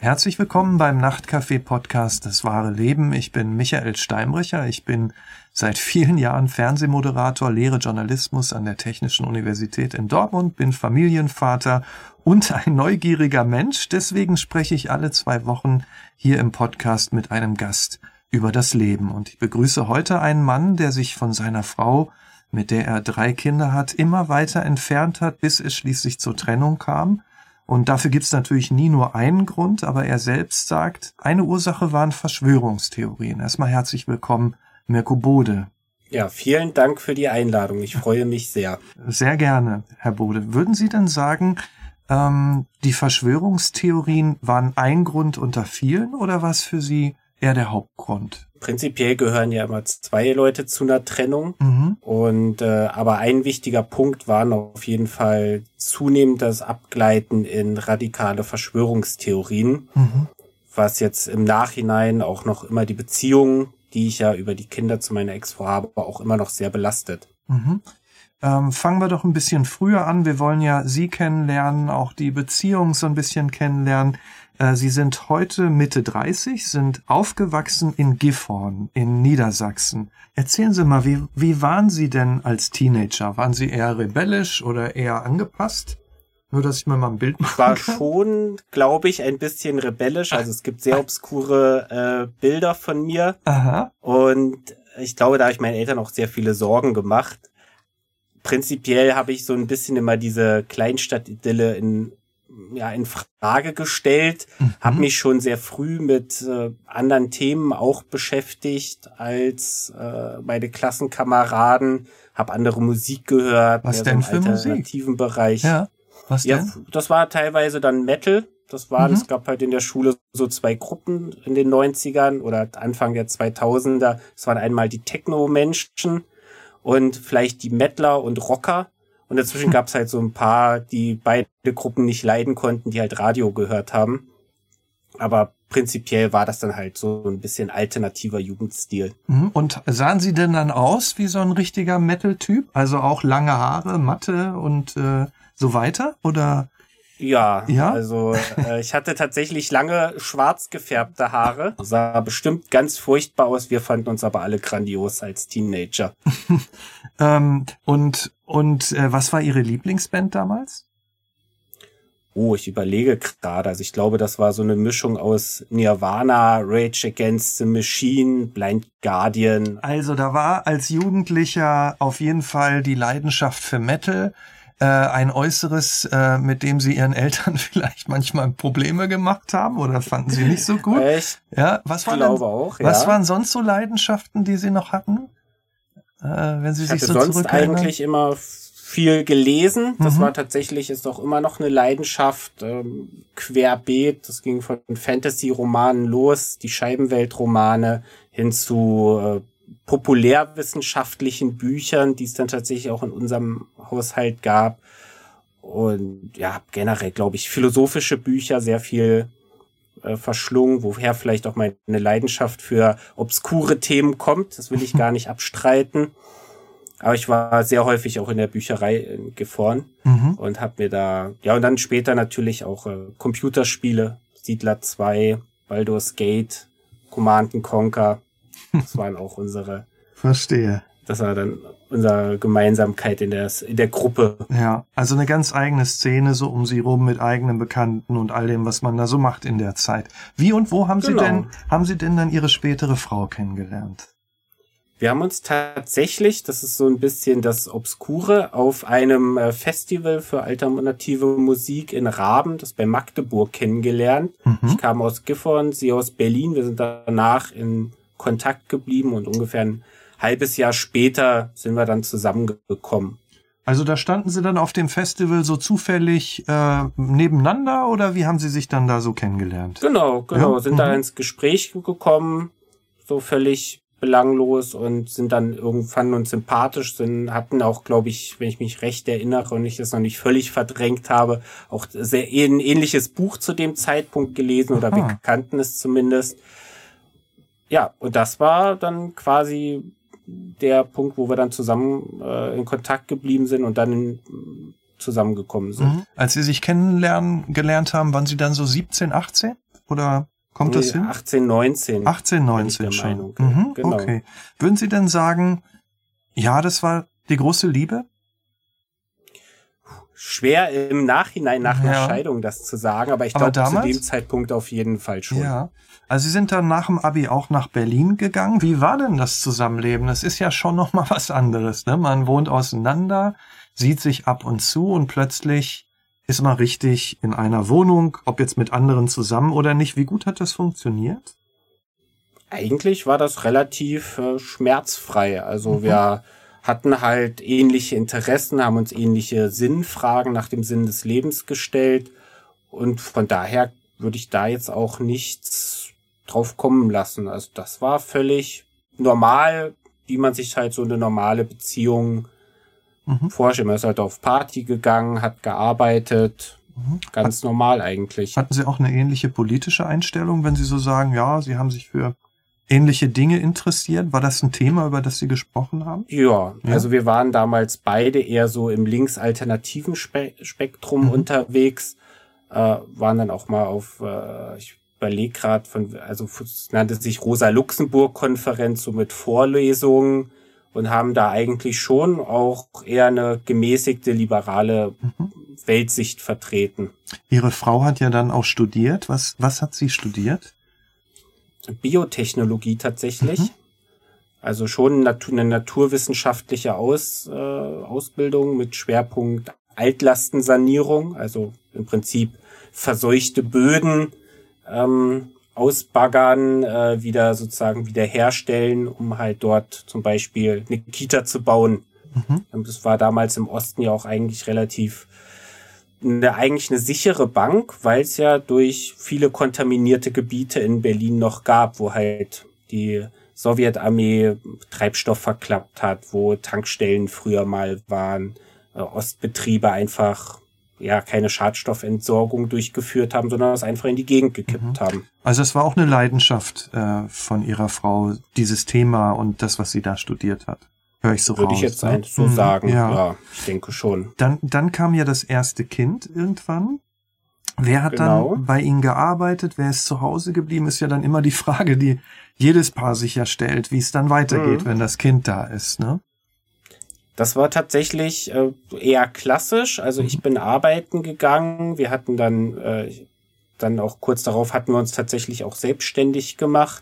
Herzlich willkommen beim Nachtcafé-Podcast Das wahre Leben. Ich bin Michael Steinbrecher. Ich bin seit vielen Jahren Fernsehmoderator, lehre Journalismus an der Technischen Universität in Dortmund, bin Familienvater und ein neugieriger Mensch. Deswegen spreche ich alle 2 Wochen hier im Podcast mit einem Gast über das Leben. Und ich begrüße heute einen Mann, der sich von seiner Frau, mit der er 3 Kinder hat, immer weiter entfernt hat, bis es schließlich zur Trennung kam. Und dafür gibt's natürlich nie nur einen Grund, aber er selbst sagt, eine Ursache waren Verschwörungstheorien. Erstmal herzlich willkommen, Mirko Bode. Ja, vielen Dank für die Einladung. Ich freue mich sehr. Sehr gerne, Herr Bode. Würden Sie denn sagen, die Verschwörungstheorien waren ein Grund unter vielen oder war es für Sie eher der Hauptgrund? Prinzipiell gehören ja immer 2 Leute zu einer Trennung. Und aber ein wichtiger Punkt war auf jeden Fall zunehmend das Abgleiten in radikale Verschwörungstheorien, was jetzt im Nachhinein auch noch immer die Beziehungen, die ich ja über die Kinder zu meiner Ex-Frau habe, auch immer noch sehr belastet. Fangen wir doch ein bisschen früher an. Wir wollen ja Sie kennenlernen, auch die Beziehung so ein bisschen kennenlernen. Sie sind heute Mitte 30, sind aufgewachsen in Gifhorn in Niedersachsen. Erzählen Sie mal, wie waren Sie denn als Teenager? Waren Sie eher rebellisch oder eher angepasst? Nur, dass ich mir mal ein Bild machen kann. Ich war schon, glaube ich, ein bisschen rebellisch. Also es gibt sehr obskure Bilder von mir. Aha. Und ich glaube, da habe ich meinen Eltern auch sehr viele Sorgen gemacht. Prinzipiell habe ich so ein bisschen immer diese Kleinstadt-Idylle in Frage gestellt, habe mich schon sehr früh mit anderen Themen auch beschäftigt als meine Klassenkameraden, habe andere Musik gehört. Was denn für Musik? Im alternativen Bereich. Ja, was denn? Ja, das war teilweise dann Metal. Es gab halt in der Schule so 2 Gruppen in den 90ern oder Anfang der 2000er. Es waren einmal die Techno-Menschen und vielleicht die Mettler und Rocker. Und dazwischen gab es halt so ein paar, die beide Gruppen nicht leiden konnten, die halt Radio gehört haben. Aber prinzipiell war das dann halt so ein bisschen alternativer Jugendstil. Und sahen Sie denn dann aus wie so ein richtiger Metal-Typ? Also auch lange Haare, Matte und so weiter? Oder? Ja, also ich hatte tatsächlich lange schwarz gefärbte Haare. Sah bestimmt ganz furchtbar aus. Wir fanden uns aber alle grandios als Teenager. Und was war Ihre Lieblingsband damals? Oh, ich überlege gerade. Also ich glaube, das war so eine Mischung aus Nirvana, Rage Against the Machine, Blind Guardian. Also da war als Jugendlicher auf jeden Fall die Leidenschaft für Metal, ein Äußeres, mit dem Sie Ihren Eltern vielleicht manchmal Probleme gemacht haben oder fanden Sie nicht so gut? Echt? Ja, was waren sonst so Leidenschaften, die Sie noch hatten? Wenn Sie sich so zurückerinnern? Ich hatte sonst eigentlich immer viel gelesen. Das war tatsächlich, ist auch immer noch eine Leidenschaft, querbeet. Das ging von Fantasy-Romanen los, die Scheibenwelt-Romane hin zu populärwissenschaftlichen Büchern, die es dann tatsächlich auch in unserem Haushalt gab. Und ja, generell, glaube ich, philosophische Bücher sehr viel verschlungen, woher vielleicht auch meine Leidenschaft für obskure Themen kommt. Das will ich gar nicht abstreiten. Aber ich war sehr häufig auch in der Bücherei in Gifhorn und habe mir da, und dann später natürlich auch Computerspiele, Siedler 2, Baldur's Gate, Command & Conquer. Das waren auch unsere. Verstehe. Das war dann unsere Gemeinsamkeit in der Gruppe. Ja, also eine ganz eigene Szene so um Sie rum mit eigenen Bekannten und all dem, was man da so macht in der Zeit. Wie und wo haben Sie denn dann Ihre spätere Frau kennengelernt? Wir haben uns tatsächlich, das ist so ein bisschen das Obskure, auf einem Festival für alternative Musik in Raben, das bei Magdeburg, kennengelernt. Ich kam aus Gifhorn, sie aus Berlin. Wir sind danach in Kontakt geblieben und ungefähr ein halbes Jahr später sind wir dann zusammengekommen. Also da standen Sie dann auf dem Festival so zufällig nebeneinander oder wie haben Sie sich dann da so kennengelernt? Genau, ja? Sind da ins Gespräch gekommen, so völlig belanglos und sind dann irgendwann uns sympathisch, hatten auch, glaube ich, wenn ich mich recht erinnere und ich das noch nicht völlig verdrängt habe, auch sehr ein ähnliches Buch zu dem Zeitpunkt gelesen oder wir kannten es zumindest. Ja, und das war dann quasi der Punkt, wo wir dann zusammen in Kontakt geblieben sind und dann zusammengekommen sind. Als Sie sich kennengelernt haben, waren Sie dann so 17, 18? oder kommt das hin? 18, 19. 18, 19 schon. Meinung. Genau. Okay. Würden Sie denn sagen, ja, das war die große Liebe? Schwer im Nachhinein nach einer Scheidung das zu sagen, aber ich glaube zu dem Zeitpunkt auf jeden Fall schon. Ja. Also Sie sind dann nach dem Abi auch nach Berlin gegangen. Wie war denn das Zusammenleben? Das ist ja schon noch mal was anderes, ne? Man wohnt auseinander, sieht sich ab und zu und plötzlich ist man richtig in einer Wohnung, ob jetzt mit anderen zusammen oder nicht. Wie gut hat das funktioniert? Eigentlich war das relativ schmerzfrei. Also wir hatten halt ähnliche Interessen, haben uns ähnliche Sinnfragen nach dem Sinn des Lebens gestellt und von daher würde ich da jetzt auch nichts drauf kommen lassen. Also das war völlig normal, wie man sich halt so eine normale Beziehung vorstellt. Man ist halt auf Party gegangen, hat gearbeitet, ganz normal eigentlich. Hatten Sie auch eine ähnliche politische Einstellung, wenn Sie so sagen, ja, Sie haben sich für ähnliche Dinge interessiert? War das ein Thema, über das Sie gesprochen haben? Ja, also wir waren damals beide eher so im linksalternativen Spektrum unterwegs, waren dann auch mal auf, ich überlege gerade, es nannte sich Rosa-Luxemburg-Konferenz, so mit Vorlesungen und haben da eigentlich schon auch eher eine gemäßigte, liberale Weltsicht vertreten. Ihre Frau hat ja dann auch studiert. Was hat sie studiert? Biotechnologie tatsächlich. Also schon eine naturwissenschaftliche Ausbildung mit Schwerpunkt Altlastensanierung, also im Prinzip verseuchte Böden ausbaggern, wiederherstellen, um halt dort zum Beispiel eine Kita zu bauen. Und das war damals im Osten ja auch eigentlich eigentlich eine sichere Bank, weil es ja durch viele kontaminierte Gebiete in Berlin noch gab, wo halt die Sowjetarmee Treibstoff verklappt hat, wo Tankstellen früher mal waren, Ostbetriebe einfach keine Schadstoffentsorgung durchgeführt haben, sondern es einfach in die Gegend gekippt haben. Also es war auch eine Leidenschaft von Ihrer Frau, dieses Thema und das, was sie da studiert hat. Höre ich so raus. Würde ich jetzt so sagen. Ja, ich denke schon. Dann kam ja das erste Kind irgendwann. Wer hat dann bei Ihnen gearbeitet? Wer ist zu Hause geblieben? Ist ja dann immer die Frage, die jedes Paar sich ja stellt, wie es dann weitergeht, wenn das Kind da ist, ne? Das war tatsächlich eher klassisch. Also ich bin arbeiten gegangen. Wir hatten dann auch kurz darauf hatten wir uns tatsächlich auch selbstständig gemacht.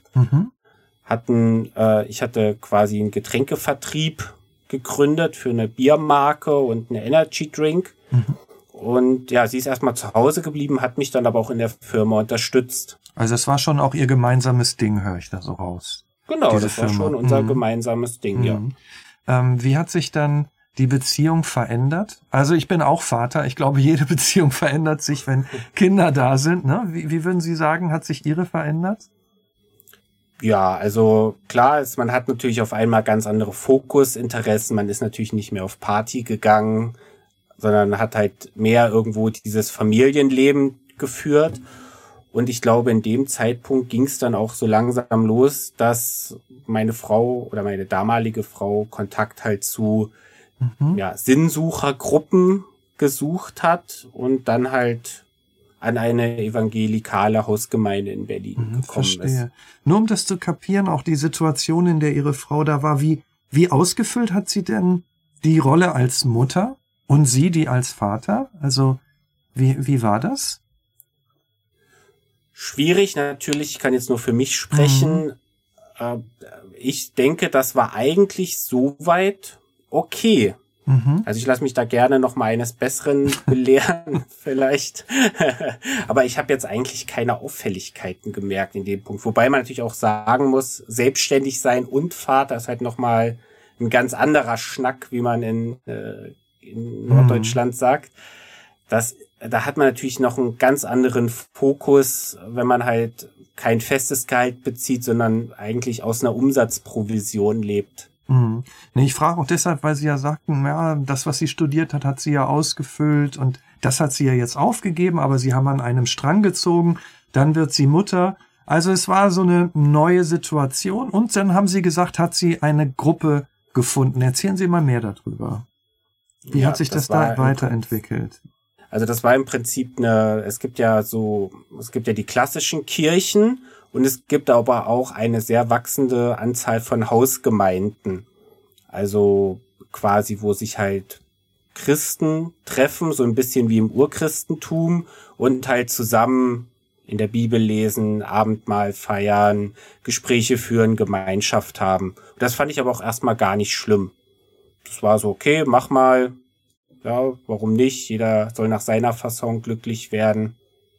Ich hatte quasi einen Getränkevertrieb gegründet für eine Biermarke und eine Energy Drink. Und ja, sie ist erstmal zu Hause geblieben, hat mich dann aber auch in der Firma unterstützt. Also es war schon auch Ihr gemeinsames Ding, höre ich da so raus. Genau, das war schon unser gemeinsames Ding, ja. Wie hat sich dann die Beziehung verändert? Also ich bin auch Vater. Ich glaube, jede Beziehung verändert sich, wenn Kinder da sind, ne? Wie würden Sie sagen, hat sich Ihre verändert? Ja, also klar, man hat natürlich auf einmal ganz andere Fokusinteressen. Man ist natürlich nicht mehr auf Party gegangen, sondern hat halt mehr irgendwo dieses Familienleben geführt. Und ich glaube, in dem Zeitpunkt ging es dann auch so langsam los, dass meine Frau oder meine damalige Frau Kontakt halt zu Sinnsuchergruppen gesucht hat und dann halt an eine evangelikale Hausgemeinde in Berlin gekommen ist. Nur um das zu kapieren, auch die Situation, in der Ihre Frau da war, wie ausgefüllt hat sie denn die Rolle als Mutter und Sie die als Vater? Also wie war das? Schwierig natürlich, ich kann jetzt nur für mich sprechen. Ich denke, das war eigentlich soweit okay. Also ich lasse mich da gerne noch mal eines Besseren belehren vielleicht. Aber ich habe jetzt eigentlich keine Auffälligkeiten gemerkt in dem Punkt. Wobei man natürlich auch sagen muss, selbstständig sein und Vater ist halt noch mal ein ganz anderer Schnack, wie man in Norddeutschland sagt. Da hat man natürlich noch einen ganz anderen Fokus, wenn man halt kein festes Gehalt bezieht, sondern eigentlich aus einer Umsatzprovision lebt. Nee, ich frage auch deshalb, weil Sie ja sagten, ja, das, was sie studiert hat, hat sie ja ausgefüllt und das hat sie ja jetzt aufgegeben, aber Sie haben an einem Strang gezogen, dann wird sie Mutter. Also es war so eine neue Situation und dann haben Sie gesagt, hat sie eine Gruppe gefunden. Erzählen Sie mal mehr darüber. Wie hat sich das da weiterentwickelt? Also das war im Prinzip es gibt ja die klassischen Kirchen und es gibt aber auch eine sehr wachsende Anzahl von Hausgemeinden. Also quasi, wo sich halt Christen treffen, so ein bisschen wie im Urchristentum und halt zusammen in der Bibel lesen, Abendmahl feiern, Gespräche führen, Gemeinschaft haben. Das fand ich aber auch erstmal gar nicht schlimm. Das war so, okay, mach mal. Ja, warum nicht? Jeder soll nach seiner Fasson glücklich werden.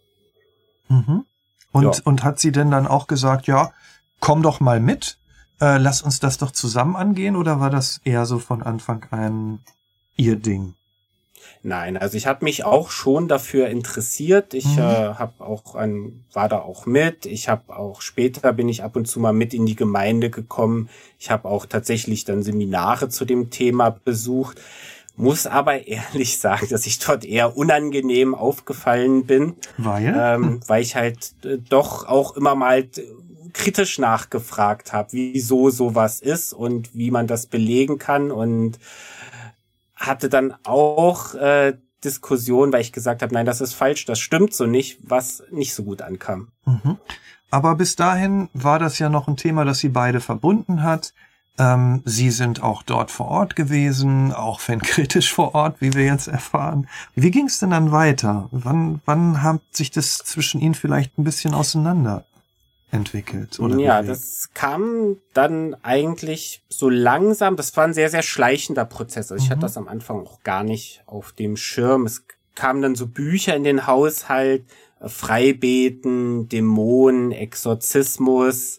Mhm. Und hat sie denn dann auch gesagt, ja, komm doch mal mit, lass uns das doch zusammen angehen, oder war das eher so von Anfang an ihr Ding? Nein, also ich habe mich auch schon dafür interessiert. Ich war da auch mit. Später bin ich ab und zu mal mit in die Gemeinde gekommen. Ich habe auch tatsächlich dann Seminare zu dem Thema besucht. Muss aber ehrlich sagen, dass ich dort eher unangenehm aufgefallen bin. Weil ich halt doch auch immer mal kritisch nachgefragt habe, wieso sowas ist und wie man das belegen kann, und hatte dann auch Diskussionen, weil ich gesagt habe, nein, das ist falsch, das stimmt so nicht, was nicht so gut ankam. Mhm. Aber bis dahin war das ja noch ein Thema, das sie beide verbunden hat. Sie sind auch dort vor Ort gewesen, auch wenn kritisch vor Ort, wie wir jetzt erfahren. Wie ging es denn dann weiter? Wann hat sich das zwischen ihnen vielleicht ein bisschen auseinander entwickelt? Oder ja, das kam dann eigentlich so langsam. Das war ein sehr, sehr schleichender Prozess. Also ich hatte das am Anfang auch gar nicht auf dem Schirm. Es kamen dann so Bücher in den Haushalt, Freibeten, Dämonen, Exorzismus,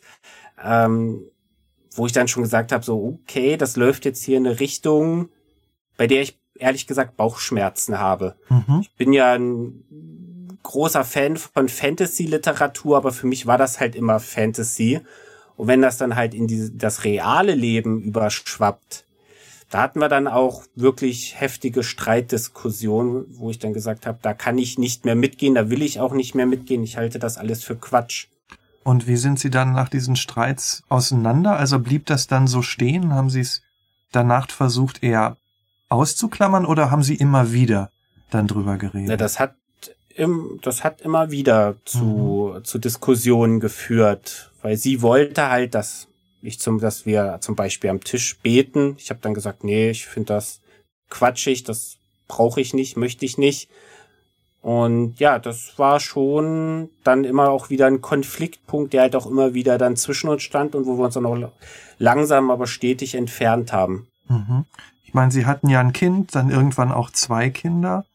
wo ich dann schon gesagt habe, so okay, das läuft jetzt hier in eine Richtung, bei der ich ehrlich gesagt Bauchschmerzen habe. Ich bin ja ein großer Fan von Fantasy-Literatur, aber für mich war das halt immer Fantasy. Und wenn das dann halt in das reale Leben überschwappt, da hatten wir dann auch wirklich heftige Streitdiskussionen, wo ich dann gesagt habe, da kann ich nicht mehr mitgehen, da will ich auch nicht mehr mitgehen, ich halte das alles für Quatsch. Und wie sind Sie dann nach diesen Streits auseinander? Also blieb das dann so stehen? Haben Sie es danach versucht, eher auszuklammern, oder haben Sie immer wieder dann drüber geredet? Ja, das hat immer wieder zu Diskussionen geführt, weil sie wollte halt, dass wir zum Beispiel am Tisch beten. Ich habe dann gesagt, nee, ich finde das quatschig, das brauche ich nicht, möchte ich nicht. Und ja, das war schon dann immer auch wieder ein Konfliktpunkt, der halt auch immer wieder dann zwischen uns stand und wo wir uns dann auch langsam, aber stetig entfernt haben. Ich meine, Sie hatten ja ein Kind, dann irgendwann auch 2 Kinder.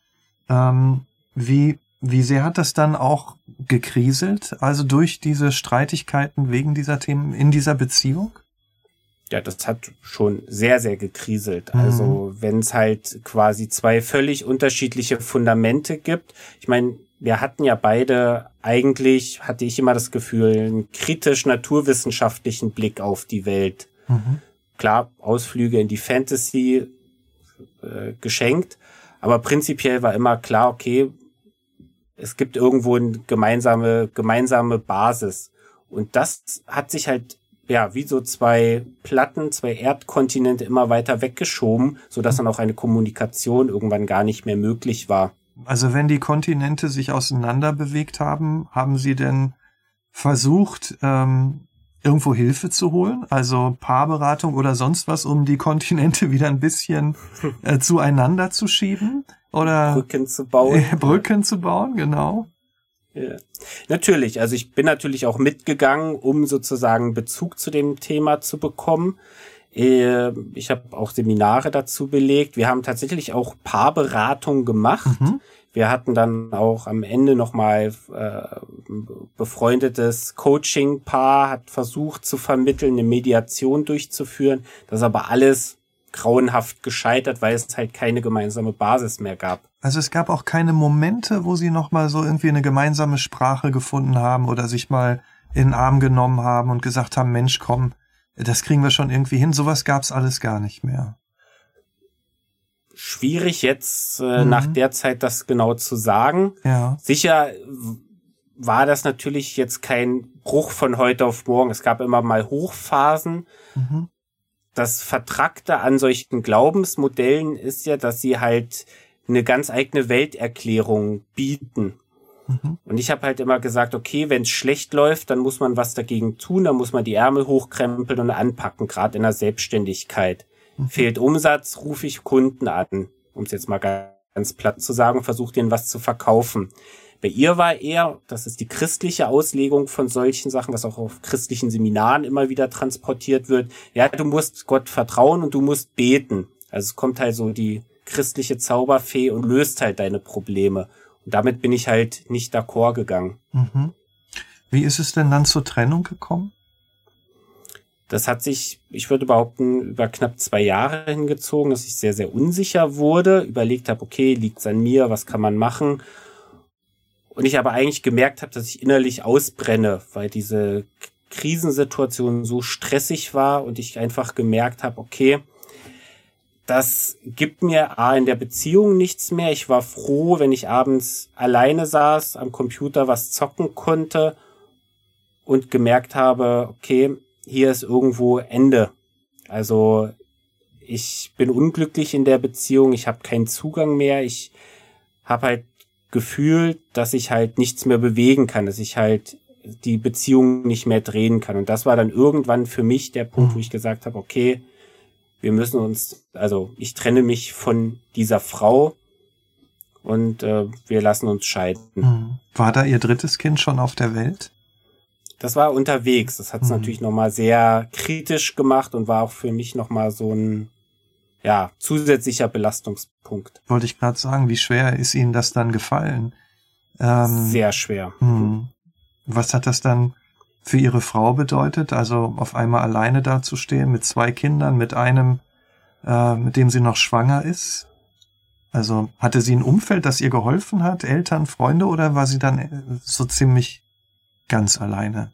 Wie sehr hat das dann auch gekriselt? Also durch diese Streitigkeiten wegen dieser Themen in dieser Beziehung? Ja, das hat schon sehr, sehr gekriselt. Also wenn es halt quasi 2 völlig unterschiedliche Fundamente gibt. Ich meine, wir hatten ja beide eigentlich, hatte ich immer das Gefühl, einen kritisch-naturwissenschaftlichen Blick auf die Welt. Klar, Ausflüge in die Fantasy geschenkt, aber prinzipiell war immer klar, okay, es gibt irgendwo eine gemeinsame Basis. Und das hat sich halt wie so 2 Platten, 2 Erdkontinente immer weiter weggeschoben, sodass dann auch eine Kommunikation irgendwann gar nicht mehr möglich war. Also wenn die Kontinente sich auseinander bewegt haben, haben Sie denn versucht, irgendwo Hilfe zu holen? Also Paarberatung oder sonst was, um die Kontinente wieder ein bisschen zueinander zu schieben? Oder Brücken zu bauen. Brücken zu bauen, genau. Ja. Natürlich, also ich bin natürlich auch mitgegangen, um sozusagen Bezug zu dem Thema zu bekommen. Ich habe auch Seminare dazu belegt. Wir haben tatsächlich auch Paarberatung gemacht. Wir hatten dann auch am Ende nochmal befreundetes Coaching-Paar, hat versucht zu vermitteln, eine Mediation durchzuführen. Das ist aber alles grauenhaft gescheitert, weil es halt keine gemeinsame Basis mehr gab. Also es gab auch keine Momente, wo Sie nochmal so irgendwie eine gemeinsame Sprache gefunden haben oder sich mal in den Arm genommen haben und gesagt haben, Mensch, komm, das kriegen wir schon irgendwie hin. Sowas gab's alles gar nicht mehr. Schwierig jetzt nach der Zeit das genau zu sagen. Ja. Sicher war das natürlich jetzt kein Bruch von heute auf morgen. Es gab immer mal Hochphasen. Das Vertrackte an solchen Glaubensmodellen ist ja, dass sie halt eine ganz eigene Welterklärung bieten. Und ich habe halt immer gesagt, okay, wenn es schlecht läuft, dann muss man was dagegen tun, dann muss man die Ärmel hochkrempeln und anpacken, gerade in der Selbstständigkeit. Fehlt Umsatz, rufe ich Kunden an, um es jetzt mal ganz platt zu sagen, versuche denen was zu verkaufen. Bei ihr war eher, das ist die christliche Auslegung von solchen Sachen, was auch auf christlichen Seminaren immer wieder transportiert wird. Ja, du musst Gott vertrauen und du musst beten. Also es kommt halt so die christliche Zauberfee und löst halt deine Probleme. Und damit bin ich halt nicht d'accord gegangen. Wie ist es denn dann zur Trennung gekommen? Das hat sich, ich würde behaupten, über knapp 2 Jahre hingezogen, dass ich sehr, sehr unsicher wurde, überlegt habe, okay, liegt's an mir, was kann man machen? Und ich aber eigentlich gemerkt habe, dass ich innerlich ausbrenne, weil diese Krisensituation so stressig war und ich einfach gemerkt habe, okay, das gibt mir in der Beziehung nichts mehr. Ich war froh, wenn ich abends alleine saß, am Computer was zocken konnte und gemerkt habe, okay, hier ist irgendwo Ende. Also ich bin unglücklich in der Beziehung, ich habe keinen Zugang mehr, ich habe halt gefühlt, dass ich halt nichts mehr bewegen kann, dass ich halt die Beziehung nicht mehr drehen kann. Und das war dann irgendwann für mich der Punkt, wo ich gesagt habe, okay, wir müssen uns, also ich trenne mich von dieser Frau und wir lassen uns scheiden. War da ihr drittes Kind schon auf der Welt? Das war unterwegs. Das hat es natürlich nochmal sehr kritisch gemacht und war auch für mich nochmal so ein zusätzlicher Belastungspunkt. Wollte ich gerade sagen, wie schwer ist Ihnen das dann gefallen? Sehr schwer. Was hat das dann für Ihre Frau bedeutet? Also auf einmal alleine dazustehen mit 2 Kindern, mit einem, mit dem sie noch schwanger ist? Also hatte sie ein Umfeld, das ihr geholfen hat? Eltern, Freunde, oder war sie dann so ziemlich ganz alleine?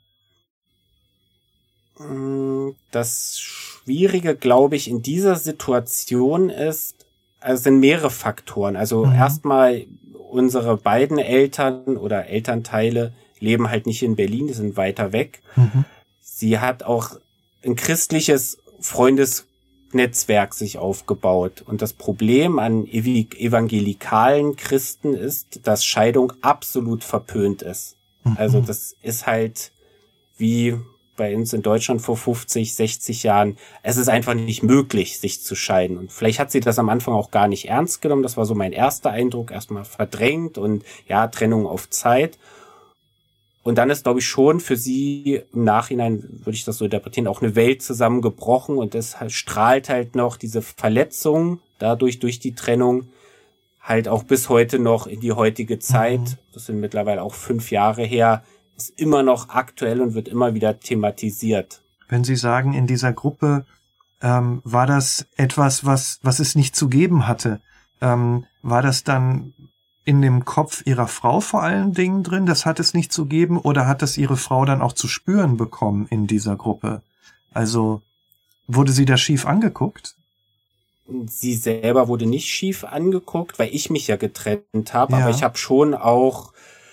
Das Schwierige, glaube ich, in dieser Situation sind mehrere Faktoren. Also erstmal unsere beiden Eltern oder Elternteile leben halt nicht in Berlin, die sind weiter weg. Sie hat auch ein christliches Freundesnetzwerk sich aufgebaut. Und das Problem an evangelikalen Christen ist, dass Scheidung absolut verpönt ist. Also das ist halt wie bei uns in Deutschland vor 50, 60 Jahren. Es ist einfach nicht möglich, sich zu scheiden. Und vielleicht hat sie das am Anfang auch gar nicht ernst genommen. Das war so mein erster Eindruck, erstmal verdrängt und ja, Trennung auf Zeit. Und dann ist, glaube ich, schon für sie im Nachhinein, würde ich das so interpretieren, auch eine Welt zusammengebrochen und es strahlt halt noch diese Verletzung dadurch durch die Trennung halt auch bis heute noch in die heutige Zeit. Das sind mittlerweile auch 5 Jahre her, ist immer noch aktuell und wird immer wieder thematisiert. Wenn Sie sagen, in dieser Gruppe war das etwas, was es nicht zu geben hatte, war das dann in dem Kopf Ihrer Frau vor allen Dingen drin, das hat es nicht zu geben, oder hat das Ihre Frau dann auch zu spüren bekommen in dieser Gruppe? Also wurde sie da schief angeguckt? Sie selber wurde nicht schief angeguckt, weil ich mich ja getrennt habe, aber ich habe schon auch,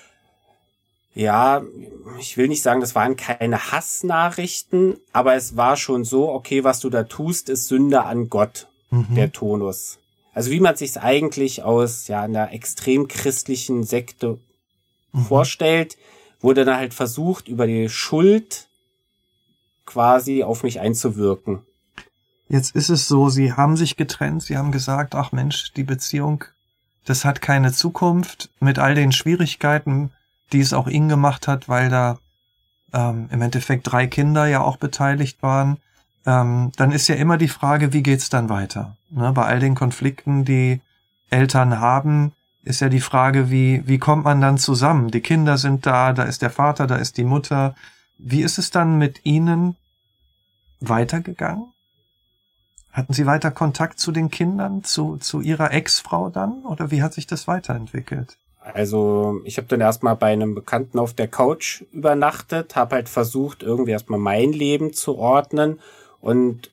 ich will nicht sagen, das waren keine Hassnachrichten, aber es war schon so, okay, was du da tust, ist Sünde an Gott, der Tonus. Also wie man sich's eigentlich aus einer extrem christlichen Sekte vorstellt, wurde dann halt versucht, über die Schuld quasi auf mich einzuwirken. Jetzt ist es so, Sie haben sich getrennt, Sie haben gesagt, ach Mensch, die Beziehung, das hat keine Zukunft, mit all den Schwierigkeiten, die es auch Ihnen gemacht hat, weil da im Endeffekt 3 Kinder ja auch beteiligt waren. Dann ist ja immer die Frage, wie geht's dann weiter? Ne, bei all den Konflikten, die Eltern haben, ist ja die Frage, wie kommt man dann zusammen? Die Kinder sind da ist der Vater, da ist die Mutter. Wie ist es dann mit Ihnen weitergegangen? Hatten Sie weiter Kontakt zu den Kindern, zu Ihrer Ex-Frau dann? Oder wie hat sich das weiterentwickelt? Also ich habe dann erstmal bei einem Bekannten auf der Couch übernachtet, habe halt versucht, irgendwie erstmal mein Leben zu ordnen und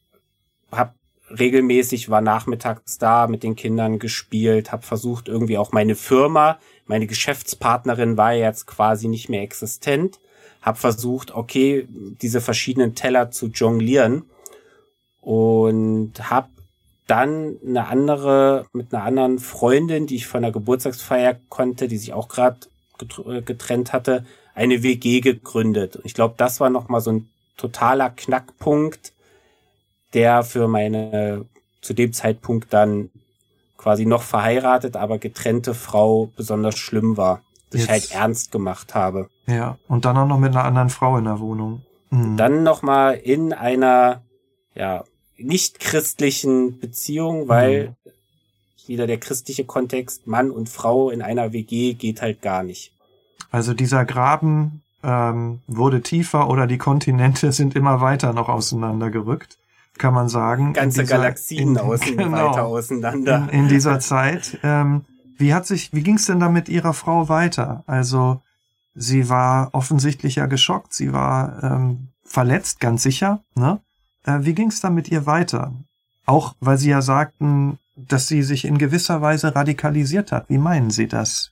war nachmittags da, mit den Kindern gespielt, habe versucht irgendwie auch meine Geschäftspartnerin war jetzt quasi nicht mehr existent, habe versucht, okay, diese verschiedenen Teller zu jonglieren und habe dann mit einer anderen Freundin, die ich von der Geburtstagsfeier konnte, die sich auch gerade getrennt hatte, eine WG gegründet. Und ich glaube, das war nochmal so ein totaler Knackpunkt, der für meine zu dem Zeitpunkt dann quasi noch verheiratet, aber getrennte Frau besonders schlimm war. Dass ich halt ernst gemacht habe. Ja, und dann auch noch mit einer anderen Frau in der Wohnung. Mhm. Dann nochmal in einer, nicht christlichen Beziehung, weil wieder der christliche Kontext, Mann und Frau in einer WG geht halt gar nicht. Also dieser Graben wurde tiefer oder die Kontinente sind immer weiter noch auseinandergerückt, kann man sagen. Ganze Galaxien weiter auseinander. In dieser Zeit. Wie ging's denn da mit Ihrer Frau weiter? Also sie war offensichtlich ja geschockt, sie war verletzt, ganz sicher, ne? Wie ging's da mit ihr weiter? Auch weil Sie ja sagten, dass sie sich in gewisser Weise radikalisiert hat. Wie meinen Sie das?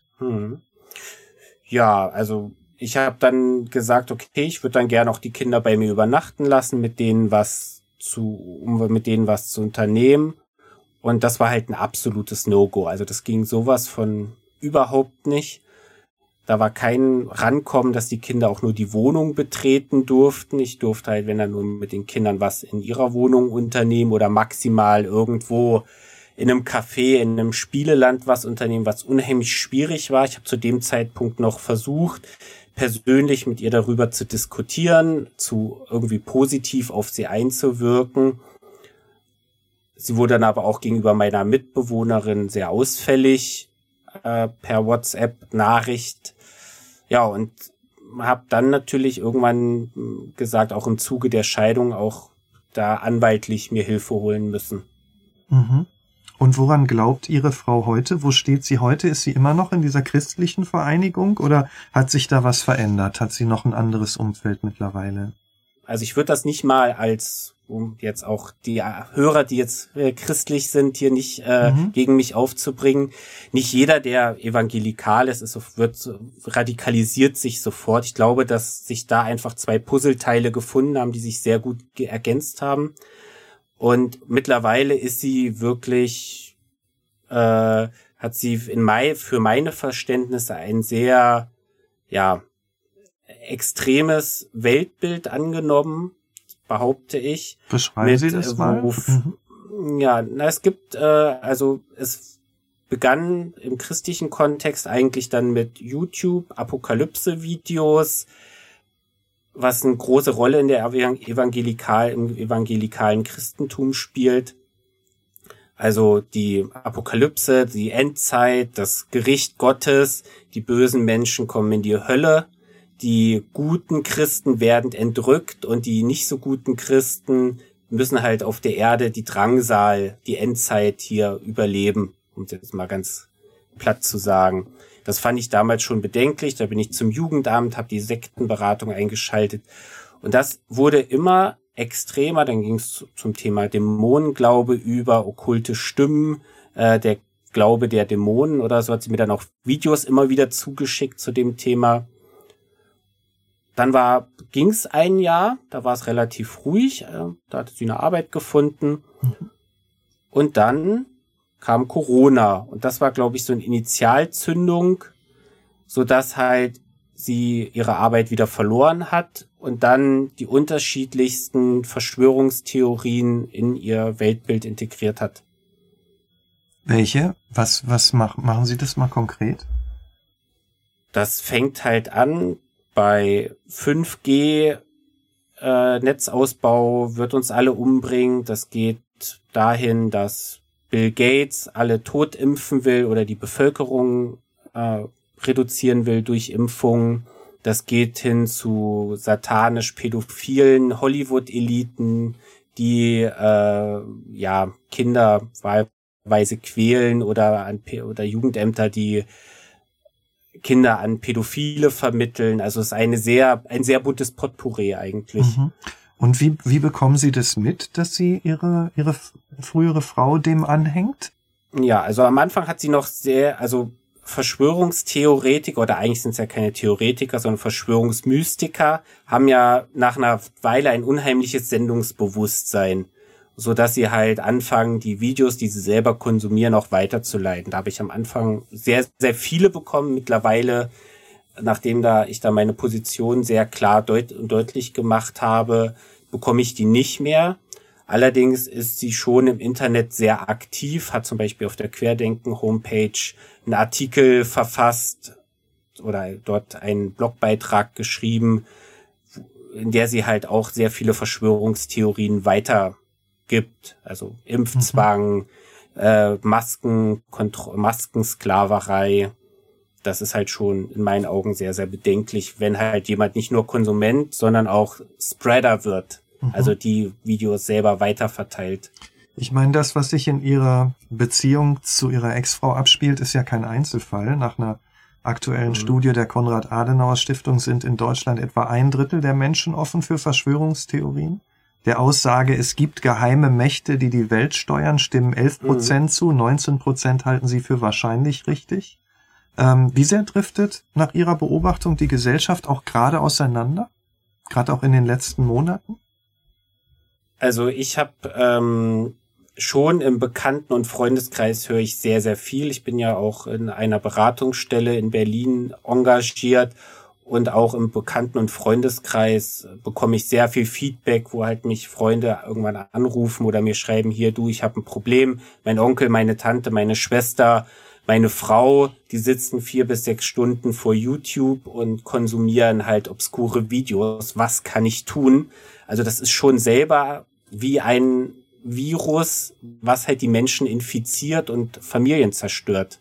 Ja, also ich habe dann gesagt, okay, ich würde dann gerne auch die Kinder bei mir übernachten lassen, mit denen was zu unternehmen. Und das war halt ein absolutes No-Go. Also das ging sowas von überhaupt nicht. Da war kein Rankommen, dass die Kinder auch nur die Wohnung betreten durften. Ich durfte halt, wenn dann nur mit den Kindern was in ihrer Wohnung unternehmen oder maximal irgendwo in einem Café, in einem Spieleland was unternehmen, was unheimlich schwierig war. Ich habe zu dem Zeitpunkt noch versucht, persönlich mit ihr darüber zu diskutieren, zu irgendwie positiv auf sie einzuwirken. Sie wurde dann aber auch gegenüber meiner Mitbewohnerin sehr ausfällig per WhatsApp-Nachricht. Ja, und habe dann natürlich irgendwann gesagt, auch im Zuge der Scheidung, auch da anwaltlich mir Hilfe holen müssen. Mhm. Und woran glaubt Ihre Frau heute? Wo steht sie heute? Ist sie immer noch in dieser christlichen Vereinigung oder hat sich da was verändert? Hat sie noch ein anderes Umfeld mittlerweile? Also ich würde das nicht mal als, um jetzt auch die Hörer, die jetzt christlich sind, hier nicht gegen mich aufzubringen. Nicht jeder, der evangelikal ist, radikalisiert sich sofort. Ich glaube, dass sich da einfach zwei Puzzleteile gefunden haben, die sich sehr gut ergänzt haben. Und mittlerweile ist sie wirklich, hat sie für meine Verständnisse ein sehr, extremes Weltbild angenommen, behaupte ich. Beschreiben Sie das mal? Es gibt, es begann im christlichen Kontext eigentlich dann mit YouTube, Apokalypse-Videos, was eine große Rolle in der im evangelikalen Christentum spielt. Also die Apokalypse, die Endzeit, das Gericht Gottes, die bösen Menschen kommen in die Hölle, die guten Christen werden entrückt und die nicht so guten Christen müssen halt auf der Erde die Drangsal, die Endzeit hier überleben, um es jetzt mal ganz platt zu sagen. Das fand ich damals schon bedenklich. Da bin ich zum Jugendamt, habe die Sektenberatung eingeschaltet. Und das wurde immer extremer. Dann ging es zum Thema Dämonenglaube über, okkulte Stimmen, der Glaube der Dämonen oder so. Hat sie mir dann auch Videos immer wieder zugeschickt zu dem Thema. Dann ging es ein Jahr, da war es relativ ruhig. Da hatte sie eine Arbeit gefunden. Und dann kam Corona und das war, glaube ich, so eine Initialzündung, so dass halt sie ihre Arbeit wieder verloren hat und dann die unterschiedlichsten Verschwörungstheorien in ihr Weltbild integriert hat. Welche? Was machen Sie das mal konkret? Das fängt halt an bei 5G, Netzausbau wird uns alle umbringen. Das geht dahin, dass Bill Gates alle totimpfen will oder die Bevölkerung reduzieren will durch Impfungen. Das geht hin zu satanisch-pädophilen Hollywood-Eliten, die Kinder wahlweise quälen oder Jugendämter, die Kinder an Pädophile vermitteln. Also es ist ein sehr buntes Potpourri eigentlich. Mhm. Und wie bekommen Sie das mit, dass sie ihre frühere Frau dem anhängt? Ja, also am Anfang hat sie noch Verschwörungstheoretiker, oder eigentlich sind es ja keine Theoretiker, sondern Verschwörungsmystiker, haben ja nach einer Weile ein unheimliches Sendungsbewusstsein. so dass sie halt anfangen, die Videos, die sie selber konsumieren, auch weiterzuleiten. Da habe ich am Anfang sehr, sehr viele bekommen. Mittlerweile, nachdem ich da meine Position sehr klar und deutlich gemacht habe, bekomme ich die nicht mehr. Allerdings ist sie schon im Internet sehr aktiv, hat zum Beispiel auf der Querdenken-Homepage einen Artikel verfasst oder dort einen Blogbeitrag geschrieben, in der sie halt auch sehr viele Verschwörungstheorien weitergibt. Also Impfzwang, Maskensklaverei. Das ist halt schon in meinen Augen sehr, sehr bedenklich, wenn halt jemand nicht nur Konsument, sondern auch Spreader wird. Also die Videos selber weiterverteilt. Ich meine, das, was sich in ihrer Beziehung zu ihrer Ex-Frau abspielt, ist ja kein Einzelfall. Nach einer aktuellen Studie der Konrad-Adenauer-Stiftung sind in Deutschland etwa 1/3 der Menschen offen für Verschwörungstheorien. Der Aussage, es gibt geheime Mächte, die die Welt steuern, stimmen 11% zu, 19% halten sie für wahrscheinlich richtig. Wie sehr driftet nach Ihrer Beobachtung die Gesellschaft auch gerade auseinander? Gerade auch in den letzten Monaten? Also ich habe schon im Bekannten- und Freundeskreis höre ich sehr, sehr viel. Ich bin ja auch in einer Beratungsstelle in Berlin engagiert und auch im Bekannten- und Freundeskreis bekomme ich sehr viel Feedback, wo halt mich Freunde irgendwann anrufen oder mir schreiben, hier du, ich habe ein Problem, mein Onkel, meine Tante, meine Schwester, meine Frau, die sitzen 4 bis 6 Stunden vor YouTube und konsumieren halt obskure Videos. Was kann ich tun? Also das ist schon selber wie ein Virus, was halt die Menschen infiziert und Familien zerstört.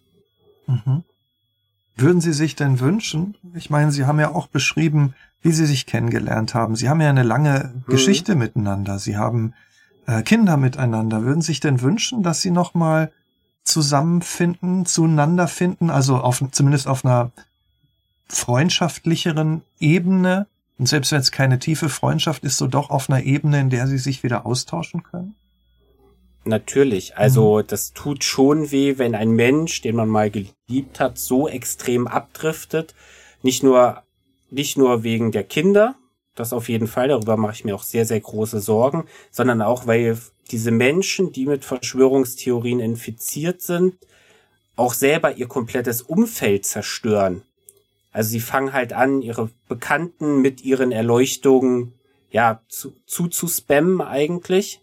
Würden Sie sich denn wünschen, ich meine, Sie haben ja auch beschrieben, wie Sie sich kennengelernt haben. Sie haben ja eine lange Geschichte miteinander. Sie haben Kinder miteinander. Würden Sie sich denn wünschen, dass Sie nochmal zusammenfinden, zueinander finden, also zumindest auf einer freundschaftlicheren Ebene? Und selbst wenn es keine tiefe Freundschaft ist, so doch auf einer Ebene, in der Sie sich wieder austauschen können? Natürlich, also das tut schon weh, wenn ein Mensch, den man mal geliebt hat, so extrem abdriftet. Nicht nur wegen der Kinder, das auf jeden Fall, darüber mache ich mir auch sehr, sehr große Sorgen, sondern auch, weil diese Menschen, die mit Verschwörungstheorien infiziert sind, auch selber ihr komplettes Umfeld zerstören. Also sie fangen halt an, ihre Bekannten mit ihren Erleuchtungen zu spammen eigentlich,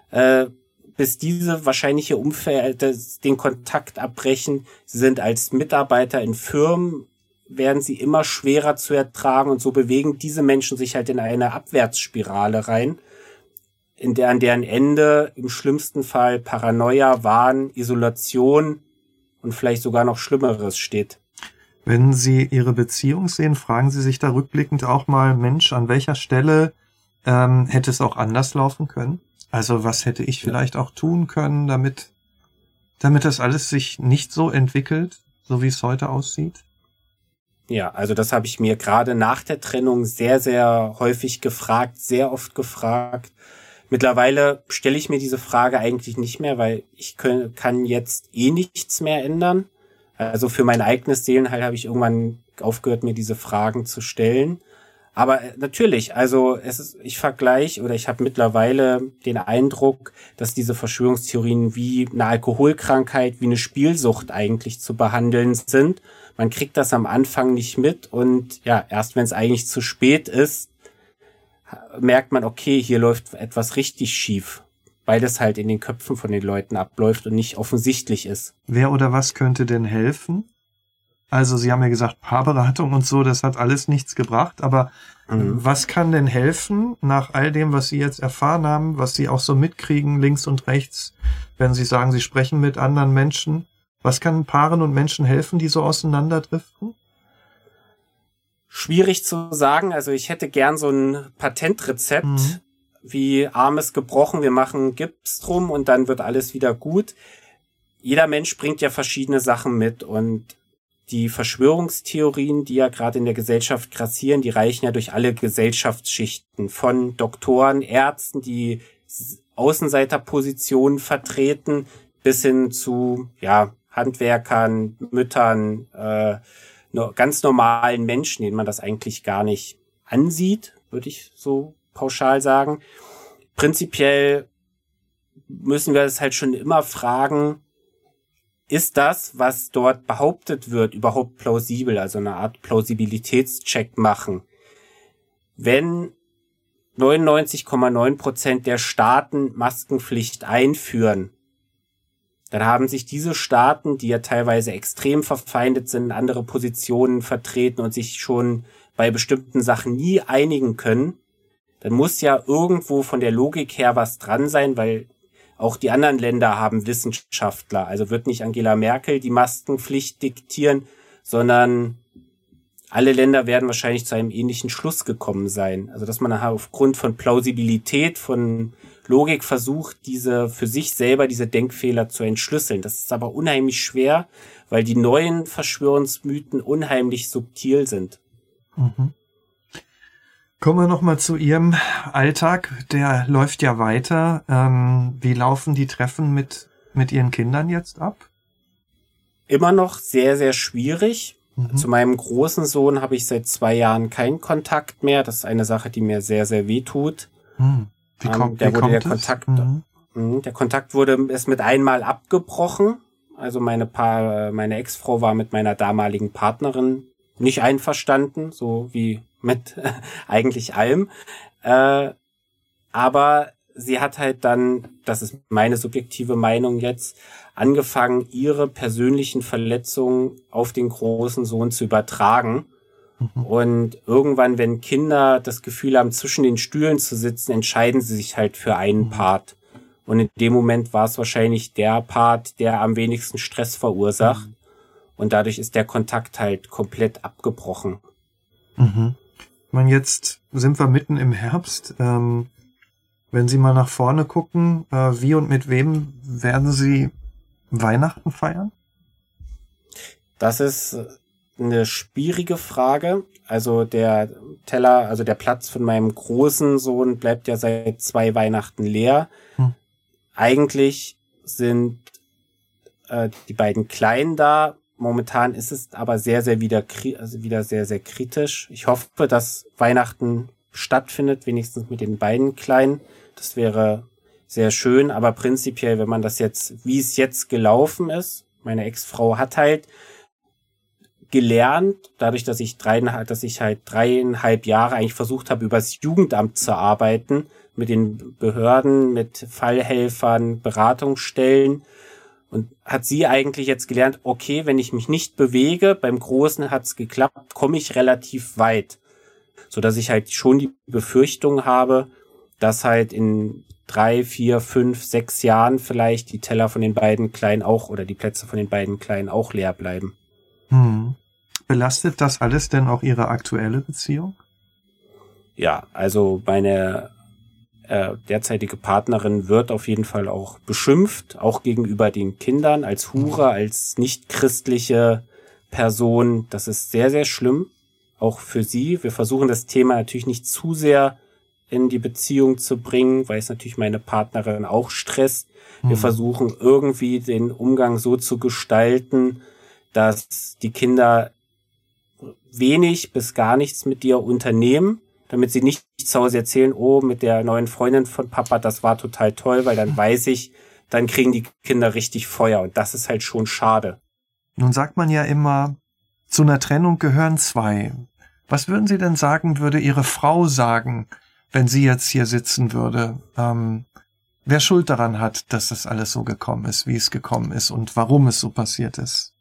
bis diese wahrscheinliche Umfeld den Kontakt abbrechen. Sie sind als Mitarbeiter in Firmen, werden sie immer schwerer zu ertragen und so bewegen diese Menschen sich halt in eine Abwärtsspirale rein, an deren Ende im schlimmsten Fall Paranoia, Wahn, Isolation und vielleicht sogar noch Schlimmeres steht. Wenn Sie Ihre Beziehung sehen, fragen Sie sich da rückblickend auch mal, Mensch, an welcher Stelle hätte es auch anders laufen können? Also was hätte ich vielleicht auch tun können, damit das alles sich nicht so entwickelt, so wie es heute aussieht? Ja, also das habe ich mir gerade nach der Trennung sehr, sehr häufig gefragt, sehr oft gefragt. Mittlerweile stelle ich mir diese Frage eigentlich nicht mehr, weil ich kann jetzt nichts mehr ändern. Also für mein eigenes Seelenheil habe ich irgendwann aufgehört, mir diese Fragen zu stellen. Aber natürlich, also ich vergleiche oder ich habe mittlerweile den Eindruck, dass diese Verschwörungstheorien wie eine Alkoholkrankheit, wie eine Spielsucht eigentlich zu behandeln sind. Man kriegt das am Anfang nicht mit und ja, erst wenn es eigentlich zu spät ist, merkt man, okay, hier läuft etwas richtig schief, weil das halt in den Köpfen von den Leuten abläuft und nicht offensichtlich ist. Wer oder was könnte denn helfen? Also Sie haben ja gesagt, Paarberatung und so, das hat alles nichts gebracht, aber was kann denn helfen nach all dem, was Sie jetzt erfahren haben, was Sie auch so mitkriegen, links und rechts, wenn Sie sagen, Sie sprechen mit anderen Menschen? Was kann Paaren und Menschen helfen, die so auseinanderdriften? Schwierig zu sagen, also ich hätte gern so ein Patentrezept, wie Arm ist gebrochen, wir machen Gips drum und dann wird alles wieder gut. Jeder Mensch bringt ja verschiedene Sachen mit und die Verschwörungstheorien, die ja gerade in der Gesellschaft grassieren, die reichen ja durch alle Gesellschaftsschichten, von Doktoren, Ärzten, die Außenseiterpositionen vertreten, bis hin zu Handwerkern, Müttern, ganz normalen Menschen, denen man das eigentlich gar nicht ansieht, würde ich so pauschal sagen. Prinzipiell müssen wir es halt schon immer fragen, ist das, was dort behauptet wird, überhaupt plausibel? Also eine Art Plausibilitätscheck machen. Wenn 99,9% der Staaten Maskenpflicht einführen, dann haben sich diese Staaten, die ja teilweise extrem verfeindet sind, andere Positionen vertreten und sich schon bei bestimmten Sachen nie einigen können, dann muss ja irgendwo von der Logik her was dran sein, weil auch die anderen Länder haben Wissenschaftler. Also wird nicht Angela Merkel die Maskenpflicht diktieren, sondern alle Länder werden wahrscheinlich zu einem ähnlichen Schluss gekommen sein. Also dass man aufgrund von Plausibilität, von Logik versucht, für sich selber diese Denkfehler zu entschlüsseln. Das ist aber unheimlich schwer, weil die neuen Verschwörungsmythen unheimlich subtil sind. Mhm. Kommen wir nochmal zu Ihrem Alltag. Der läuft ja weiter. Wie laufen die Treffen mit Ihren Kindern jetzt ab? Immer noch sehr, sehr schwierig. Mhm. Zu meinem großen Sohn habe ich seit 2 Jahren keinen Kontakt mehr. Das ist eine Sache, die mir sehr, sehr weh tut. Der Kontakt wurde erst mit einmal abgebrochen. Also meine Ex-Frau war mit meiner damaligen Partnerin nicht einverstanden, so wie mit eigentlich allem. Aber sie hat halt dann, das ist meine subjektive Meinung jetzt, angefangen, ihre persönlichen Verletzungen auf den großen Sohn zu übertragen. Mhm. Und irgendwann, wenn Kinder das Gefühl haben, zwischen den Stühlen zu sitzen, entscheiden sie sich halt für einen Part. Und in dem Moment war es wahrscheinlich der Part, der am wenigsten Stress verursacht. Mhm. Und dadurch ist der Kontakt halt komplett abgebrochen. Mhm. Ich meine, jetzt sind wir mitten im Herbst. Wenn Sie mal nach vorne gucken, wie und mit wem werden Sie Weihnachten feiern? Das ist eine schwierige Frage. Also der Platz von meinem großen Sohn bleibt ja seit 2 Weihnachten leer. Eigentlich sind die beiden Kleinen da. Momentan ist es aber wieder sehr, sehr kritisch. Ich hoffe, dass Weihnachten stattfindet, wenigstens mit den beiden Kleinen. Das wäre sehr schön, aber prinzipiell, wenn man das jetzt, wie es jetzt gelaufen ist, meine Ex-Frau hat halt gelernt, dadurch, dass ich 3,5 Jahre eigentlich versucht habe, übers Jugendamt zu arbeiten, mit den Behörden, mit Fallhelfern, Beratungsstellen, und hat sie eigentlich jetzt gelernt, okay, wenn ich mich nicht bewege, beim Großen hat's geklappt, komme ich relativ weit. So dass ich halt schon die Befürchtung habe, dass halt in 3, 4, 5, 6 Jahren vielleicht die Teller von den beiden Kleinen auch oder die Plätze von den beiden Kleinen auch leer bleiben. Belastet das alles denn auch Ihre aktuelle Beziehung? Ja, also meine derzeitige Partnerin wird auf jeden Fall auch beschimpft, auch gegenüber den Kindern als Hure, als nicht-christliche Person. Das ist sehr, sehr schlimm, auch für sie. Wir versuchen das Thema natürlich nicht zu sehr in die Beziehung zu bringen, weil es natürlich meine Partnerin auch stresst. Wir versuchen irgendwie den Umgang so zu gestalten, dass die Kinder wenig bis gar nichts mit dir unternehmen, damit sie nicht zu Hause erzählen, oh, mit der neuen Freundin von Papa, das war total toll, weil dann weiß ich, dann kriegen die Kinder richtig Feuer und das ist halt schon schade. Nun sagt man ja immer, zu einer Trennung gehören 2. Was würden Sie denn sagen, würde Ihre Frau sagen, wenn sie jetzt hier sitzen würde? Wer Schuld daran hat, dass das alles so gekommen ist, wie es gekommen ist und warum es so passiert ist?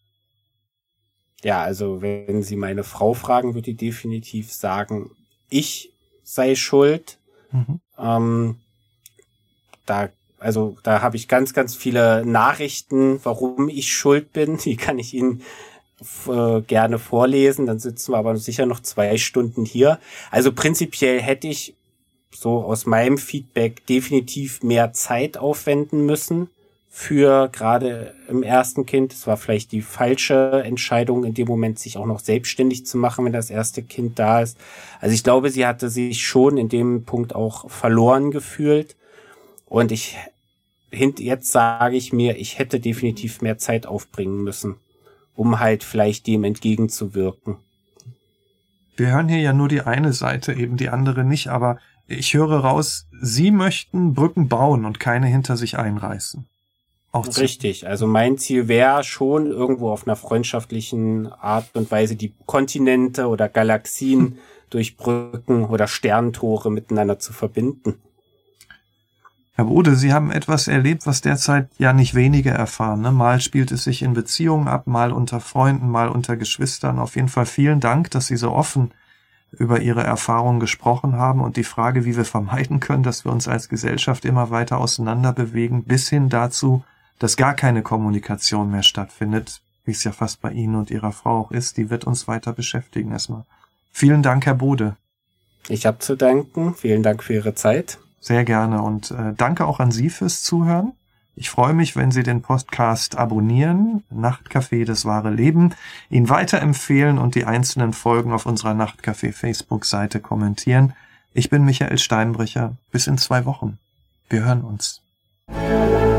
Ja, also wenn Sie meine Frau fragen, würde ich definitiv sagen, ich sei schuld. Da habe ich ganz, ganz viele Nachrichten, warum ich schuld bin. Die kann ich Ihnen gerne vorlesen. Dann sitzen wir aber sicher noch 2 Stunden hier. Also prinzipiell hätte ich so aus meinem Feedback definitiv mehr Zeit aufwenden müssen für gerade im ersten Kind. Es war vielleicht die falsche Entscheidung, in dem Moment sich auch noch selbstständig zu machen, wenn das erste Kind da ist. Also ich glaube, sie hatte sich schon in dem Punkt auch verloren gefühlt. Und jetzt sage ich mir, ich hätte definitiv mehr Zeit aufbringen müssen, um halt vielleicht dem entgegenzuwirken. Wir hören hier ja nur die eine Seite, eben die andere nicht, aber ich höre raus, Sie möchten Brücken bauen und keine hinter sich einreißen. Auch richtig. Also mein Ziel wäre schon, irgendwo auf einer freundschaftlichen Art und Weise die Kontinente oder Galaxien durch Brücken oder Sterntore miteinander zu verbinden. Herr Bode, Sie haben etwas erlebt, was derzeit ja nicht wenige erfahren, ne? Mal spielt es sich in Beziehungen ab, mal unter Freunden, mal unter Geschwistern. Auf jeden Fall vielen Dank, dass Sie so offen über Ihre Erfahrungen gesprochen haben und die Frage, wie wir vermeiden können, dass wir uns als Gesellschaft immer weiter auseinander bewegen, bis hin dazu, dass gar keine Kommunikation mehr stattfindet, wie es ja fast bei Ihnen und Ihrer Frau auch ist, die wird uns weiter beschäftigen erstmal. Vielen Dank, Herr Bode. Ich habe zu danken. Vielen Dank für Ihre Zeit. Sehr gerne und danke auch an Sie fürs Zuhören. Ich freue mich, wenn Sie den Podcast abonnieren, Nachtcafé, das wahre Leben, ihn weiterempfehlen und die einzelnen Folgen auf unserer Nachtcafé Facebook-Seite kommentieren. Ich bin Michael Steinbrecher. Bis in 2 Wochen. Wir hören uns.